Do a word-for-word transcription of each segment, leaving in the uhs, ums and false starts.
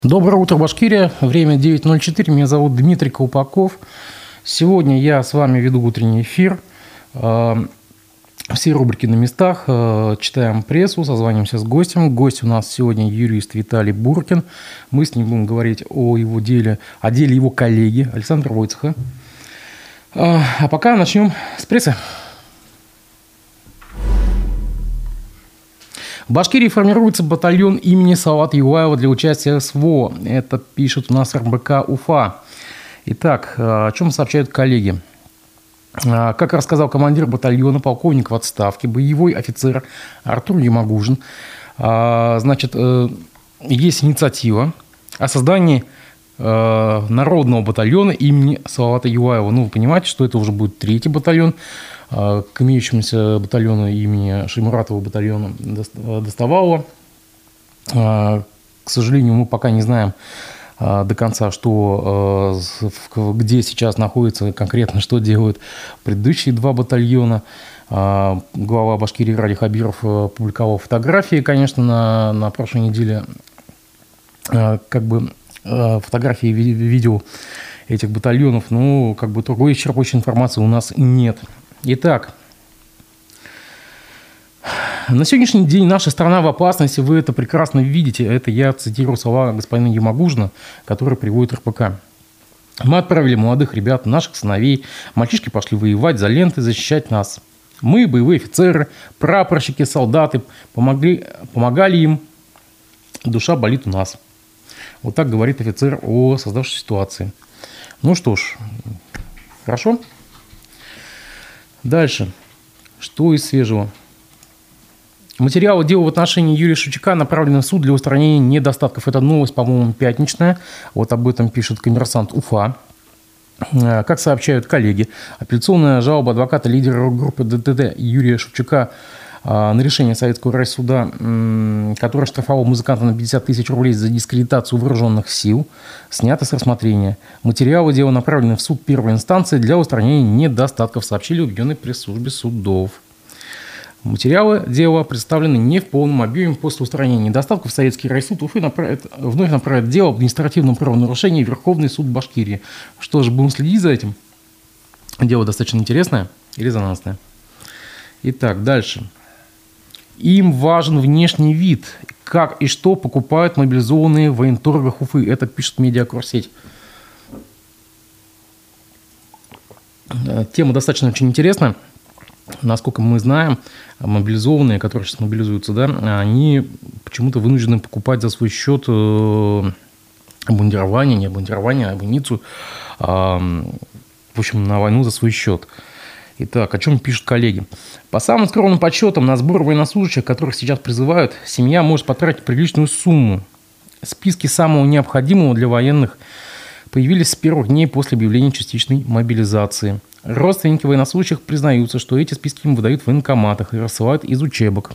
Доброе утро, Башкирия. Время девять ноль четыре. Меня зовут Дмитрий Колпаков. Сегодня я с вами веду утренний эфир. Все рубрики на местах. Читаем прессу, созванимся с гостем. Гость у нас сегодня юрист Виталий Буркин. Мы с ним будем говорить о его деле, о деле его коллеги Александра Войцеха. А пока начнем с прессы. В Башкирии формируется батальон имени Салавата Юлаева для участия в СВО. Это пишет у нас эр бэ ка Уфа. Итак, о чем сообщают коллеги? Как рассказал командир батальона, полковник в отставке, боевой офицер Артур Ямагужин, значит, есть инициатива о создании народного батальона имени Салавата Юлаева. Ну, вы понимаете, что это уже будет третий батальон. К имеющемуся батальону имени Шаймуратова батальона доставало. К сожалению, мы пока не знаем до конца, что, где сейчас находится конкретно, что делают предыдущие два батальона. Глава Башкирии Ради Хабиров публиковал фотографии, конечно, на, на прошлой неделе, как бы фотографии, видео этих батальонов, но как бы другой исчерпывающей информации у нас нет. Итак, на сегодняшний день наша страна в опасности, вы это прекрасно видите. Это я цитирую слова господина Ямагужина, который приводит эр бэ ка. Мы отправили молодых ребят, наших сыновей. Мальчишки пошли воевать за ленты, защищать нас. Мы, боевые офицеры, прапорщики, солдаты, помогли, помогали им. Душа болит у нас. Вот так говорит офицер о создавшейся ситуации. Ну что ж, хорошо. Дальше. Что из свежего? Материалы дела в отношении Юрия Шевчука направлены в суд для устранения недостатков. Это новость, по-моему, пятничная. Вот об этом пишет «Коммерсант Уфа». Как сообщают коллеги, апелляционная жалоба адвоката лидера группы дэ тэ дэ Юрия Шевчука на решение Советского райсуда, который штрафовал музыканта на пятьдесят тысяч рублей за дискредитацию вооруженных сил, снято с рассмотрения. Материалы дела направлены в суд первой инстанции для устранения недостатков, сообщили в объединенной пресс-службе судов. Материалы дела представлены не в полном объеме. После устранения недостатков Советский райсуд Уфы направит, вновь направит дело об административном правонарушении в Верховный суд Башкирии. Что же, будем следить за этим? Дело достаточно интересное и резонансное. Итак, дальше. Им важен внешний вид, как и что покупают мобилизованные в военторгах Уфы. Это пишет Медиакурсеть. Тема достаточно очень интересная. Насколько мы знаем, мобилизованные, которые сейчас мобилизуются, да, они почему-то вынуждены покупать за свой счет обмундирование, не обмундирование, а амуницию, в общем, на войну за свой счет. Итак, о чем пишут коллеги? По самым скромным подсчетам, на сбор военнослужащих, которых сейчас призывают, семья может потратить приличную сумму. Списки самого необходимого для военных появились с первых дней после объявления частичной мобилизации. Родственники военнослужащих признаются, что эти списки им выдают в военкоматах и рассылают из учебок.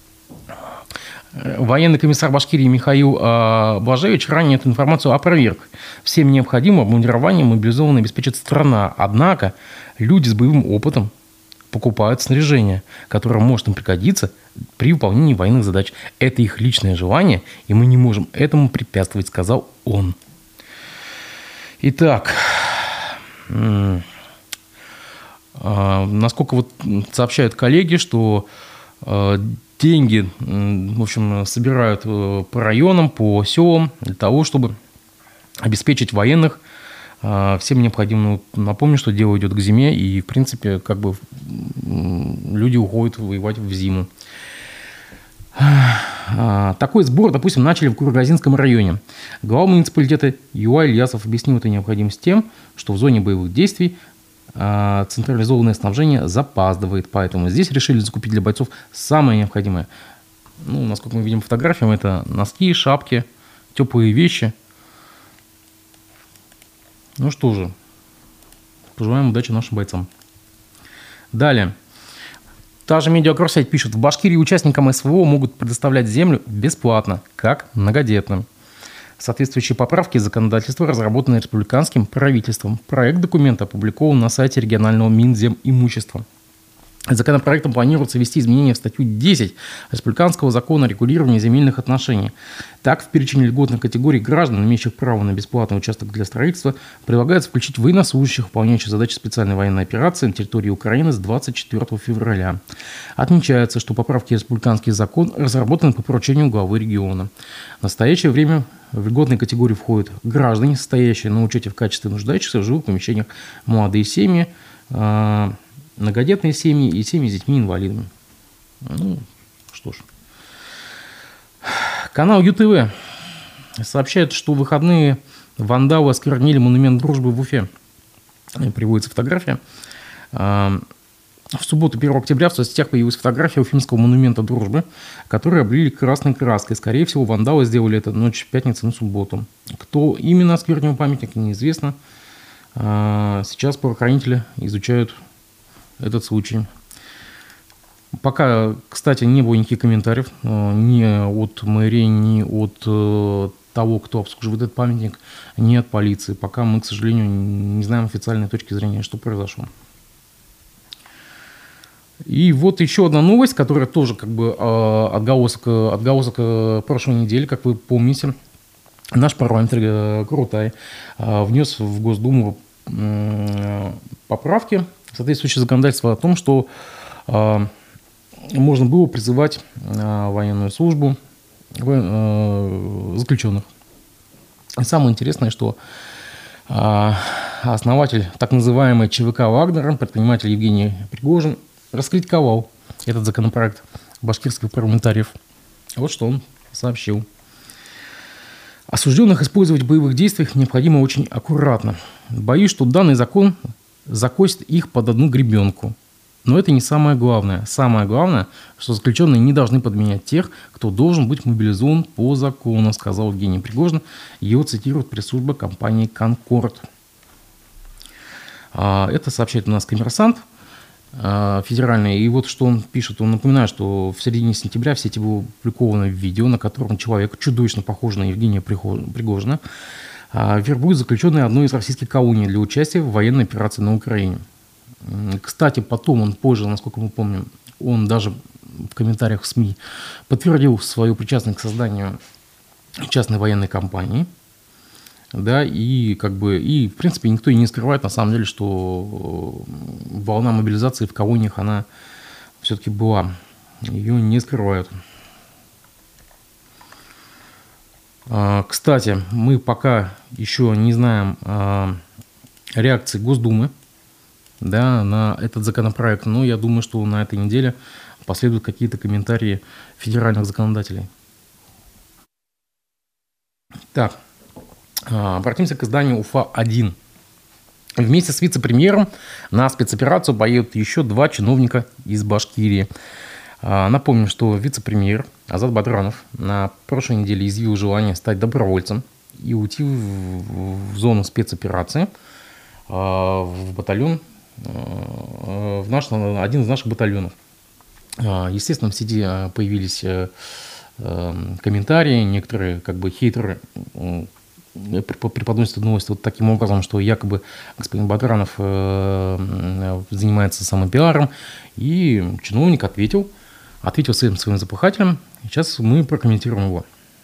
Военный комиссар Башкирии Михаил Блажевич ранее эту информацию опроверг. Всем необходимым обмундированием мобилизованно обеспечит страна. Однако люди с боевым опытом покупают снаряжение, которое может им пригодиться при выполнении военных задач. Это их личное желание, и мы не можем этому препятствовать, сказал он. Итак, насколько вот сообщают коллеги, что деньги, в общем, собирают по районам, по селам для того, чтобы обеспечить военных всем необходимым. Напомню, что дело идет к зиме, и, в принципе, как бы люди уходят воевать в зиму. Такой сбор, допустим, начали в Кургазинском районе. Глава муниципалитета Юлай Ильясов объяснил эту необходимость тем, что в зоне боевых действий централизованное снабжение запаздывает, поэтому здесь решили закупить для бойцов самое необходимое. Ну, насколько мы видим по фотографиям, это носки, шапки, теплые вещи. Ну что же, пожелаем удачи нашим бойцам. Далее. Та же Медиакурсеть пишет, в Башкирии участникам эс вэ о могут предоставлять землю бесплатно, как многодетным. Соответствующие поправки законодательства разработаны республиканским правительством. Проект документа опубликован на сайте регионального Минземимущества. Законопроектом планируется ввести изменения в статью десять Республиканского закона о регулировании земельных отношений. Так, в перечень льготных категорий граждан, имеющих право на бесплатный участок для строительства, предлагается включить военнослужащих, выполняющих задачи специальной военной операции на территории Украины с двадцать четвёртого февраля. Отмечается, что поправки в республиканский закон разработаны по поручению главы региона. В настоящее время в льготные категории входят граждане, состоящие на учете в качестве нуждающихся в жилых помещениях, молодые семьи, многодетные семьи и семьи с детьми-инвалидами. Ну, что ж. Канал ЮТВ сообщает, что в выходные вандалы осквернили монумент дружбы в Уфе. Приводится фотография. В субботу, первого октября, в соцсетях появилась фотография уфимского монумента дружбы, который облили красной краской. Скорее всего, вандалы сделали это ночь пятницы на субботу. Кто именно осквернил памятник, неизвестно. Сейчас правоохранители изучают этот случай. Пока, кстати, не было никаких комментариев ни от мэрии, ни от того, кто обслуживает этот памятник, ни от полиции. Пока мы, к сожалению, не знаем официальной точки зрения, что произошло. И вот еще одна новость, которая тоже как бы отголосок, отголосок прошлой недели, как вы помните. Наш парламентарий Крутай внес в Госдуму поправки, соответствующее законодательство о том, что э, можно было призывать э, военную службу э, заключенных. И самое интересное, что э, основатель так называемой ЧВК «Вагнера», предприниматель Евгений Пригожин, раскритиковал этот законопроект башкирских парламентариев. Вот что он сообщил. Осужденных использовать в боевых действиях необходимо очень аккуратно. Боюсь, что данный закон закосит их под одну гребенку. Но это не самое главное. Самое главное, что заключенные не должны подменять тех, кто должен быть мобилизован по закону, сказал Евгений Пригожин. Его цитирует пресс-служба компании «Конкорд». Это сообщает у нас «Коммерсант» федеральный. И вот что он пишет. Он напоминает, что в середине сентября в сети было опубликовано видео, на котором человек, чудовищно похожий на Евгения Пригожина, вербует заключенные одной из российских колоний для участия в военной операции на Украине. Кстати, потом он позже, насколько мы помним, он даже в комментариях в СМИ подтвердил свою причастность к созданию частной военной компании. Да, и как бы, и в принципе никто и не скрывает на самом деле, что волна мобилизации в колониях, она все-таки была. Ее не скрывают. Кстати, мы пока еще не знаем реакции Госдумы, да, на этот законопроект, но я думаю, что на этой неделе последуют какие-то комментарии федеральных законодателей. Так, обратимся к изданию Уфа один. Вместе с вице-премьером на спецоперацию поедут еще два чиновника из Башкирии. Напомню, что вице-премьер Азат Бадранов на прошлой неделе изъявил желание стать добровольцем и уйти в, в зону спецоперации, в батальон, в наш, один из наших батальонов. Естественно, в сети появились комментарии, некоторые как бы хейтеры преподносят новость вот таким образом, что якобы господин Бадранов занимается самопиаром, и чиновник ответил, ответил своим своим запахателям. Сейчас мы прокомментируем его.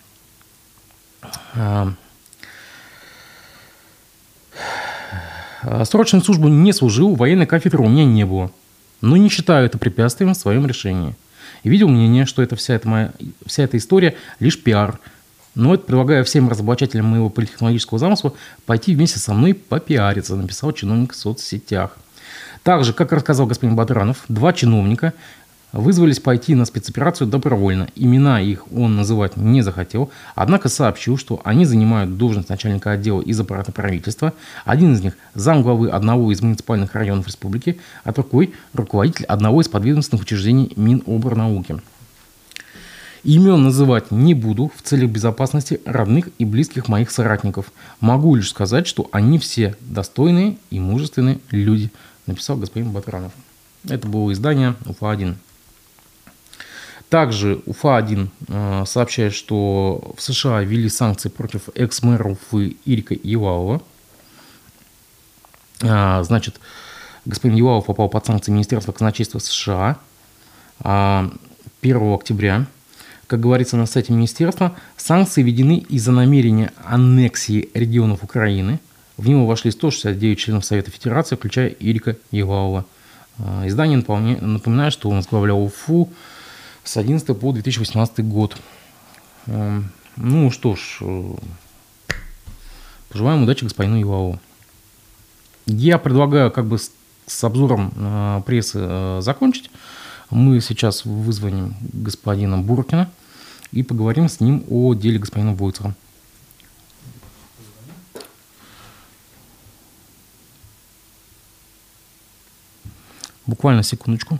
Срочную службу не служил, военной кафедры у меня не было, но не считаю это препятствием в своем решении. И видел мнение, что это вся, эта моя, вся эта история лишь пиар. Но это предлагаю всем разоблачателям моего политтехнологического замысла пойти вместе со мной попиариться, написал чиновник в соцсетях. Также, как рассказал господин Бадранов, два чиновника вызвались пойти на спецоперацию добровольно. Имена их он называть не захотел, однако сообщил, что они занимают должность начальника отдела из аппарата правительства. Один из них – замглавы одного из муниципальных районов республики, а другой – руководитель одного из подведомственных учреждений Минобрнауки. Имен называть не буду в целях безопасности родных и близких моих соратников. Могу лишь сказать, что они все достойные и мужественные люди, написал господин Бадранов. Это было издание Уфа один. Также Уфа один э, сообщает, что в США ввели санкции против экс-мэра Уфы Ирика Елалова. А, значит, господин Юлаев попал под санкции Министерства казначейства США первого октября. Как говорится на сайте министерства, санкции введены из-за намерения аннексии регионов Украины. В него вошли сто шестьдесят девять членов Совета Федерации, включая Ирика Юлаева. Издание напоминает, что он возглавлял УФУ с одиннадцатого по две тысячи восемнадцатый год. Ну что ж, пожелаем удачи господину Юлаеву. Я предлагаю как бы с обзором прессы закончить. Мы сейчас вызвоним господина Буркина и поговорим с ним о деле господина Войцеха. Буквально секундочку.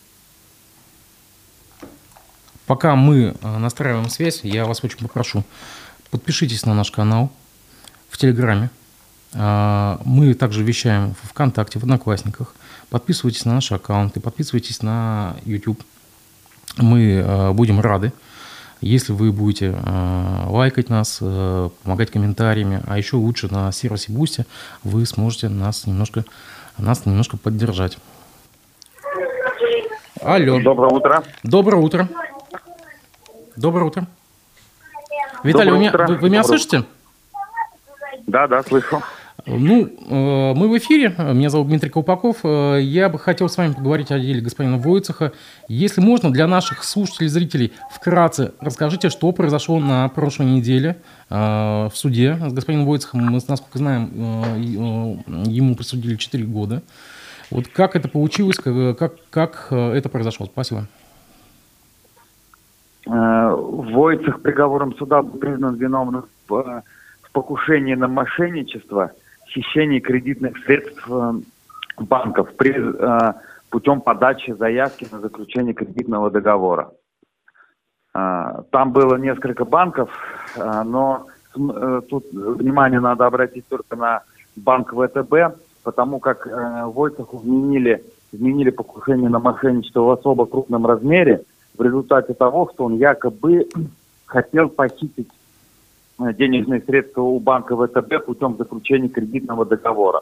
Пока мы настраиваем связь, я вас очень попрошу, подпишитесь на наш канал в Телеграме. Мы также вещаем в ВКонтакте, в Одноклассниках. Подписывайтесь на наши аккаунты, подписывайтесь на YouTube. Мы будем рады, если вы будете лайкать нас, помогать комментариями. А еще лучше на сервисе Boosty вы сможете нас немножко, нас немножко поддержать. Алло. Доброе утро. Доброе утро. Доброе утро. Виталий, вы, утро. Меня, вы, вы меня слышите? Да, да, слышу. Ну, мы в эфире. Меня зовут Дмитрий Колпаков. Я бы хотел с вами поговорить о деле господина Войцеха. Если можно, для наших слушателей, зрителей, вкратце расскажите, что произошло на прошлой неделе в суде с господином Войцехом. Мы, насколько знаем, ему присудили четыре года. Вот как это получилось, как, как это произошло? Спасибо. Войцех приговором суда был признан виновным в покушении на мошенничество, хищении кредитных средств банков при, путем подачи заявки на заключение кредитного договора. Там было несколько банков, но тут внимание надо обратить только на банк ВТБ, потому как Войцеху вменили, вменили покушение на мошенничество в особо крупном размере в результате того, что он якобы хотел похитить денежные средства у банка ВТБ путем заключения кредитного договора.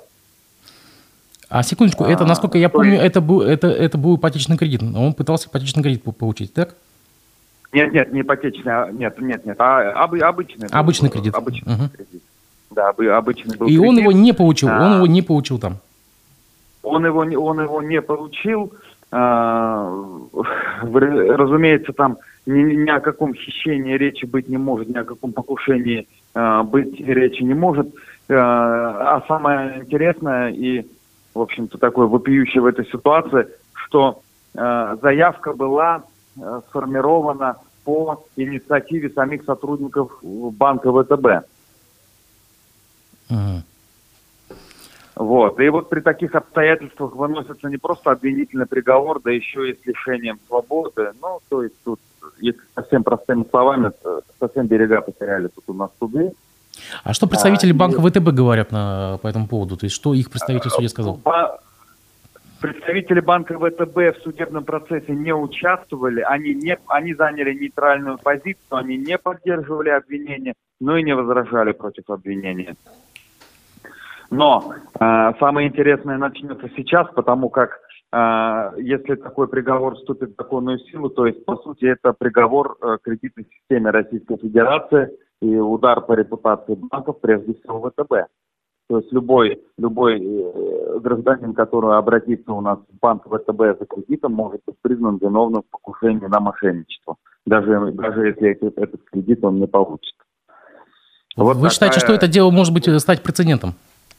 А секундочку, а, это, насколько я помню, это был, это, это был ипотечный кредит. Он пытался ипотечный кредит получить, так? Нет, нет, не ипотечный, нет, нет, нет, а об, обычный. Обычный кредит. Обычный угу. кредит. Да, обычный был И кредит. он его не получил, а, он его не получил там. Он его, он его не получил. А, разумеется, там ни, ни о каком хищении речи быть не может, ни о каком покушении а, быть речи не может. А, а самое интересное и, в общем-то, такое вопиющее в этой ситуации, что а, заявка была а, сформирована по инициативе самих сотрудников банка ВТБ. Uh-huh. Вот. И вот при таких обстоятельствах выносится не просто обвинительный приговор, да еще и с лишением свободы. Ну, то есть тут, если совсем простыми словами, совсем берега потеряли тут у нас суды. А что представители а, банка и... ВТБ говорят на, по этому поводу? То есть что их представитель в суде сказал? По... Представители банка ВТБ в судебном процессе не участвовали, они, не, они заняли нейтральную позицию, они не поддерживали обвинения, но и не возражали против обвинения. Но э, самое интересное начнется сейчас, потому как э, если такой приговор вступит в законную силу, то есть, по сути, это приговор э, кредитной системе Российской Федерации и удар по репутации банков, прежде всего ВТБ. То есть любой, любой э, гражданин, который обратится у нас в банк ВТБ за кредитом, может быть признан виновным в покушении на мошенничество, даже, даже если этот, этот кредит он не получит. Вот Вы такая... считаете, что это дело может быть стать прецедентом?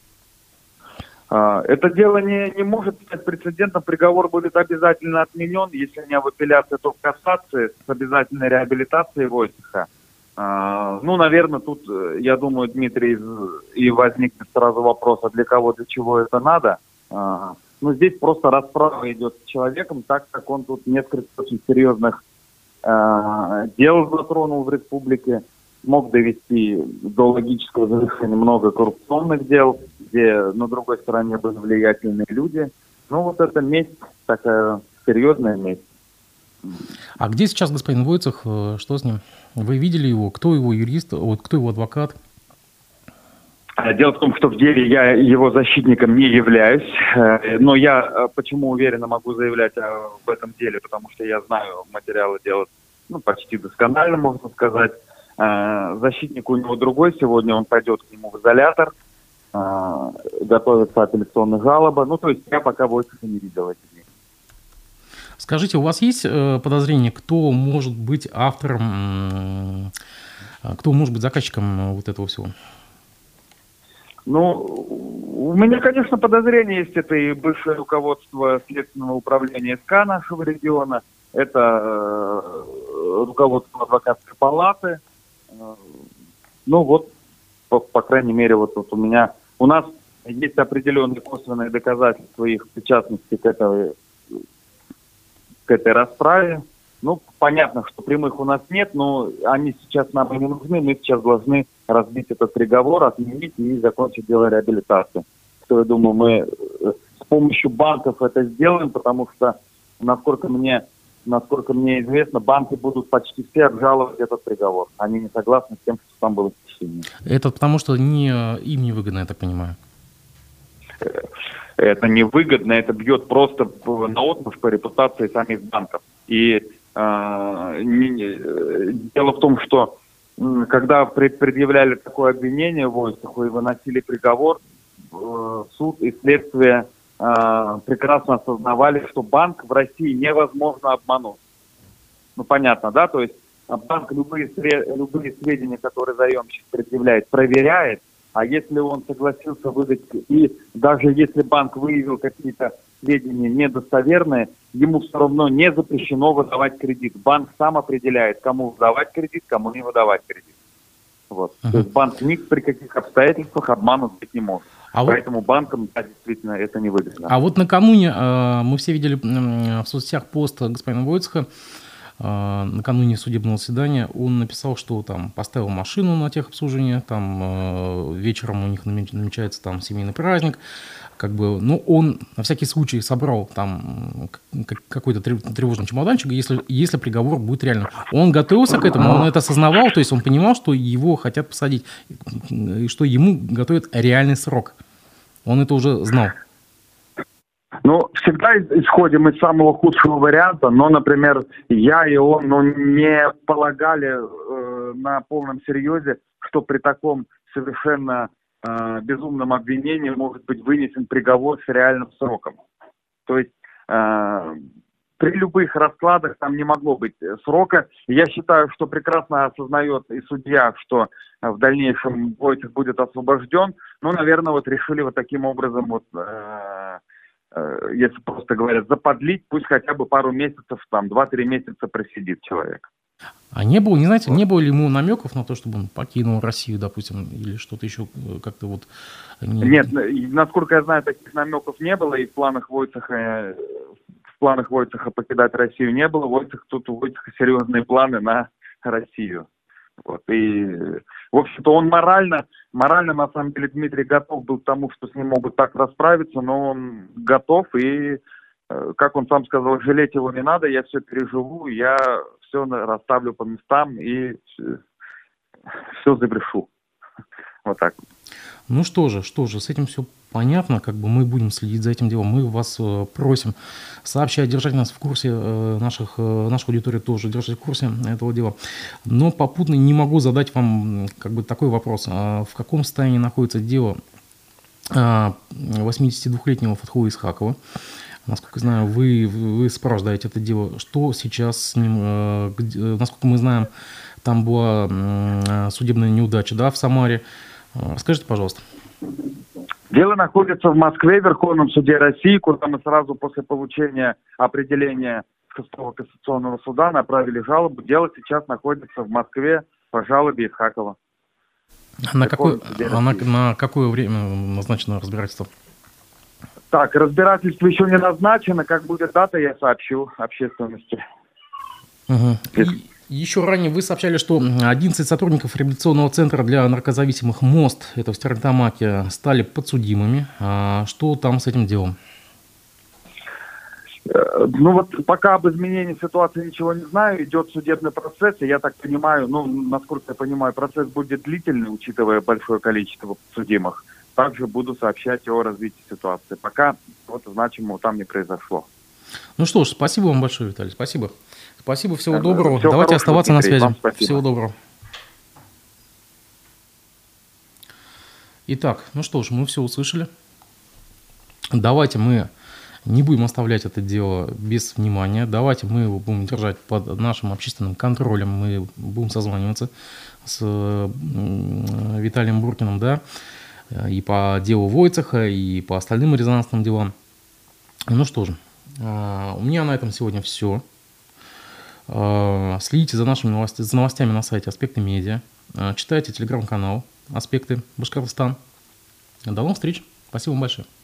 Это дело не, не может стать прецедентом, приговор будет обязательно отменен, если не в апелляции, то в кассации с обязательной реабилитацией Войцеха. Ну, наверное, тут, я думаю, Дмитрий, и возникнет сразу вопрос, а для кого, для чего это надо. Ну, здесь просто расправа идет с человеком, так как он тут несколько очень серьезных дел затронул в республике, смог довести до логического завершения много коррупционных дел, где на другой стороне были влиятельные люди. Ну, вот это месть, такая серьезная месть. А где сейчас господин Войцех? Что с ним? Вы видели его? Кто его юрист? Вот кто его адвокат? Дело в том, что в деле я его защитником не являюсь, но я почему уверенно могу заявлять в этом деле, потому что я знаю материалы дела, ну, почти досконально, можно сказать. Защитник у него другой, сегодня он пойдет к нему в изолятор, готовится апелляционная жалоба, ну, то есть я пока Войцеха не видел этих дней. Скажите, у вас есть подозрение, кто может быть автором, кто может быть заказчиком вот этого всего? Ну, у меня, конечно, подозрение есть. Это и бывшее руководство Следственного управления СК нашего региона, это э, руководство адвокатской палаты. Э, ну вот, по, по крайней мере, вот, вот у меня, у нас есть определенные косвенные доказательства их причастности к этой, к этой расправе. Ну, понятно, что прямых у нас нет, но они сейчас нам не нужны. Мы сейчас должны разбить этот приговор, отменить и закончить дело реабилитации. Что, я думаю, мы с помощью банков это сделаем, потому что, насколько мне, насколько мне известно, банки будут почти все обжаловать этот приговор. Они не согласны с тем, что там было хищение. Это потому, что не, им не выгодно, я так понимаю. Это невыгодно, это бьет просто наотмашь по репутации самих банков. И э, не, дело в том, что когда предъявляли такое обвинение Войцеху и выносили приговор, суд и следствие э, прекрасно осознавали, что банк в России невозможно обмануть. Ну, понятно, да? То есть банк любые, любые сведения, которые заемщик предъявляет, проверяет, а если он согласился выдать, и даже если банк выявил какие-то сведения недостоверные, ему все равно не запрещено выдавать кредит. Банк сам определяет, кому выдавать кредит, кому не выдавать кредит. Вот. Uh-huh. То есть банк ни при каких обстоятельствах обманут быть не может. А Поэтому вот... банкам, да, действительно, это не выгодно. А вот накануне э, мы все видели э, в соцсетях пост господина Войцеха, э, накануне судебного заседания, он написал, что там поставил машину на техобслуживание, там э, вечером у них намечается там семейный праздник, как бы, ну, он на всякий случай собрал там какой-то тревожный чемоданчик, если, если приговор будет реальным. Он готовился к этому, он это осознавал, то есть он понимал, что его хотят посадить, и что ему готовят реальный срок. Он это уже знал. Ну, всегда исходим из самого худшего варианта, но, например, я и он ну, не полагали э, на полном серьезе, что при таком совершенно безумном обвинении может быть вынесен приговор с реальным сроком. То есть э, при любых раскладах там не могло быть срока. Я считаю, что прекрасно осознает и судья, что в дальнейшем Войцех будет освобожден. Ну, наверное, вот решили вот таким образом, вот, э, э, если просто говорят, заподлить, пусть хотя бы пару месяцев, там, два-три месяца просидит человек. А не было, не знаете, не было ли ему намеков на то, чтобы он покинул Россию, допустим, или что-то еще как-то вот... Не... Нет, насколько я знаю, таких намеков не было, и в планах Войцеха, в планах Войцеха покидать Россию не было. Войцех, тут у Войцеха серьезные планы на Россию. Вот, и, в общем-то, он морально, морально, на самом деле, Дмитрий готов был к тому, что с ним могут так расправиться, но он готов, и, как он сам сказал, жалеть его не надо, я все переживу, я... все расставлю по местам и все забрешу. Вот так. Ну что же, что же, с этим все понятно, как бы мы будем следить за этим делом. Мы вас просим сообщать, держать нас в курсе, наших, нашу аудиторию тоже держать в курсе этого дела. Но попутно не могу задать вам как бы такой вопрос. В каком состоянии находится дело восьмидесятидвухлетнего Фатхулы Исхакова? Насколько знаю, вы, вы сопровождаете это дело. Что сейчас с ним, где, насколько мы знаем, там была судебная неудача, да, в Самаре. Скажите, пожалуйста. Дело находится в Москве, в Верховном суде России, куда мы сразу после получения определения шестого кассационного суда направили жалобу. Дело сейчас находится в Москве по жалобе Исхакова. На какое, а на, на какое время назначено разбирательство? Так, разбирательство еще не назначено. Как будет дата, я сообщу общественности. Угу. И еще ранее вы сообщали, что одиннадцать сотрудников реабилитационного центра для наркозависимых «Мост», это в Стерлитамаке, стали подсудимыми. А что там с этим делом? Ну вот пока об изменении ситуации ничего не знаю, идет судебный процесс, и я так понимаю, ну, насколько я понимаю, процесс будет длительный, учитывая большое количество подсудимых. Также буду сообщать о развитии ситуации. Пока вот значимого там не произошло. Ну что ж, спасибо вам большое, Виталий, спасибо. Спасибо, всего доброго. Всего Давайте хорошего, оставаться Дмитрий, на связи. вам Всего доброго. Итак, ну что ж, мы все услышали. Давайте мы не будем оставлять это дело без внимания. Давайте мы его будем держать под нашим общественным контролем. Мы будем созваниваться с Виталием Буркиным, да, и по делу Войцеха, и по остальным резонансным делам. Ну что же, у меня на этом сегодня все. Следите за нашими новостями, за новостями на сайте Аспекты Медиа. Читайте телеграм-канал Аспекты Башкортостан. До новых встреч. Спасибо вам большое.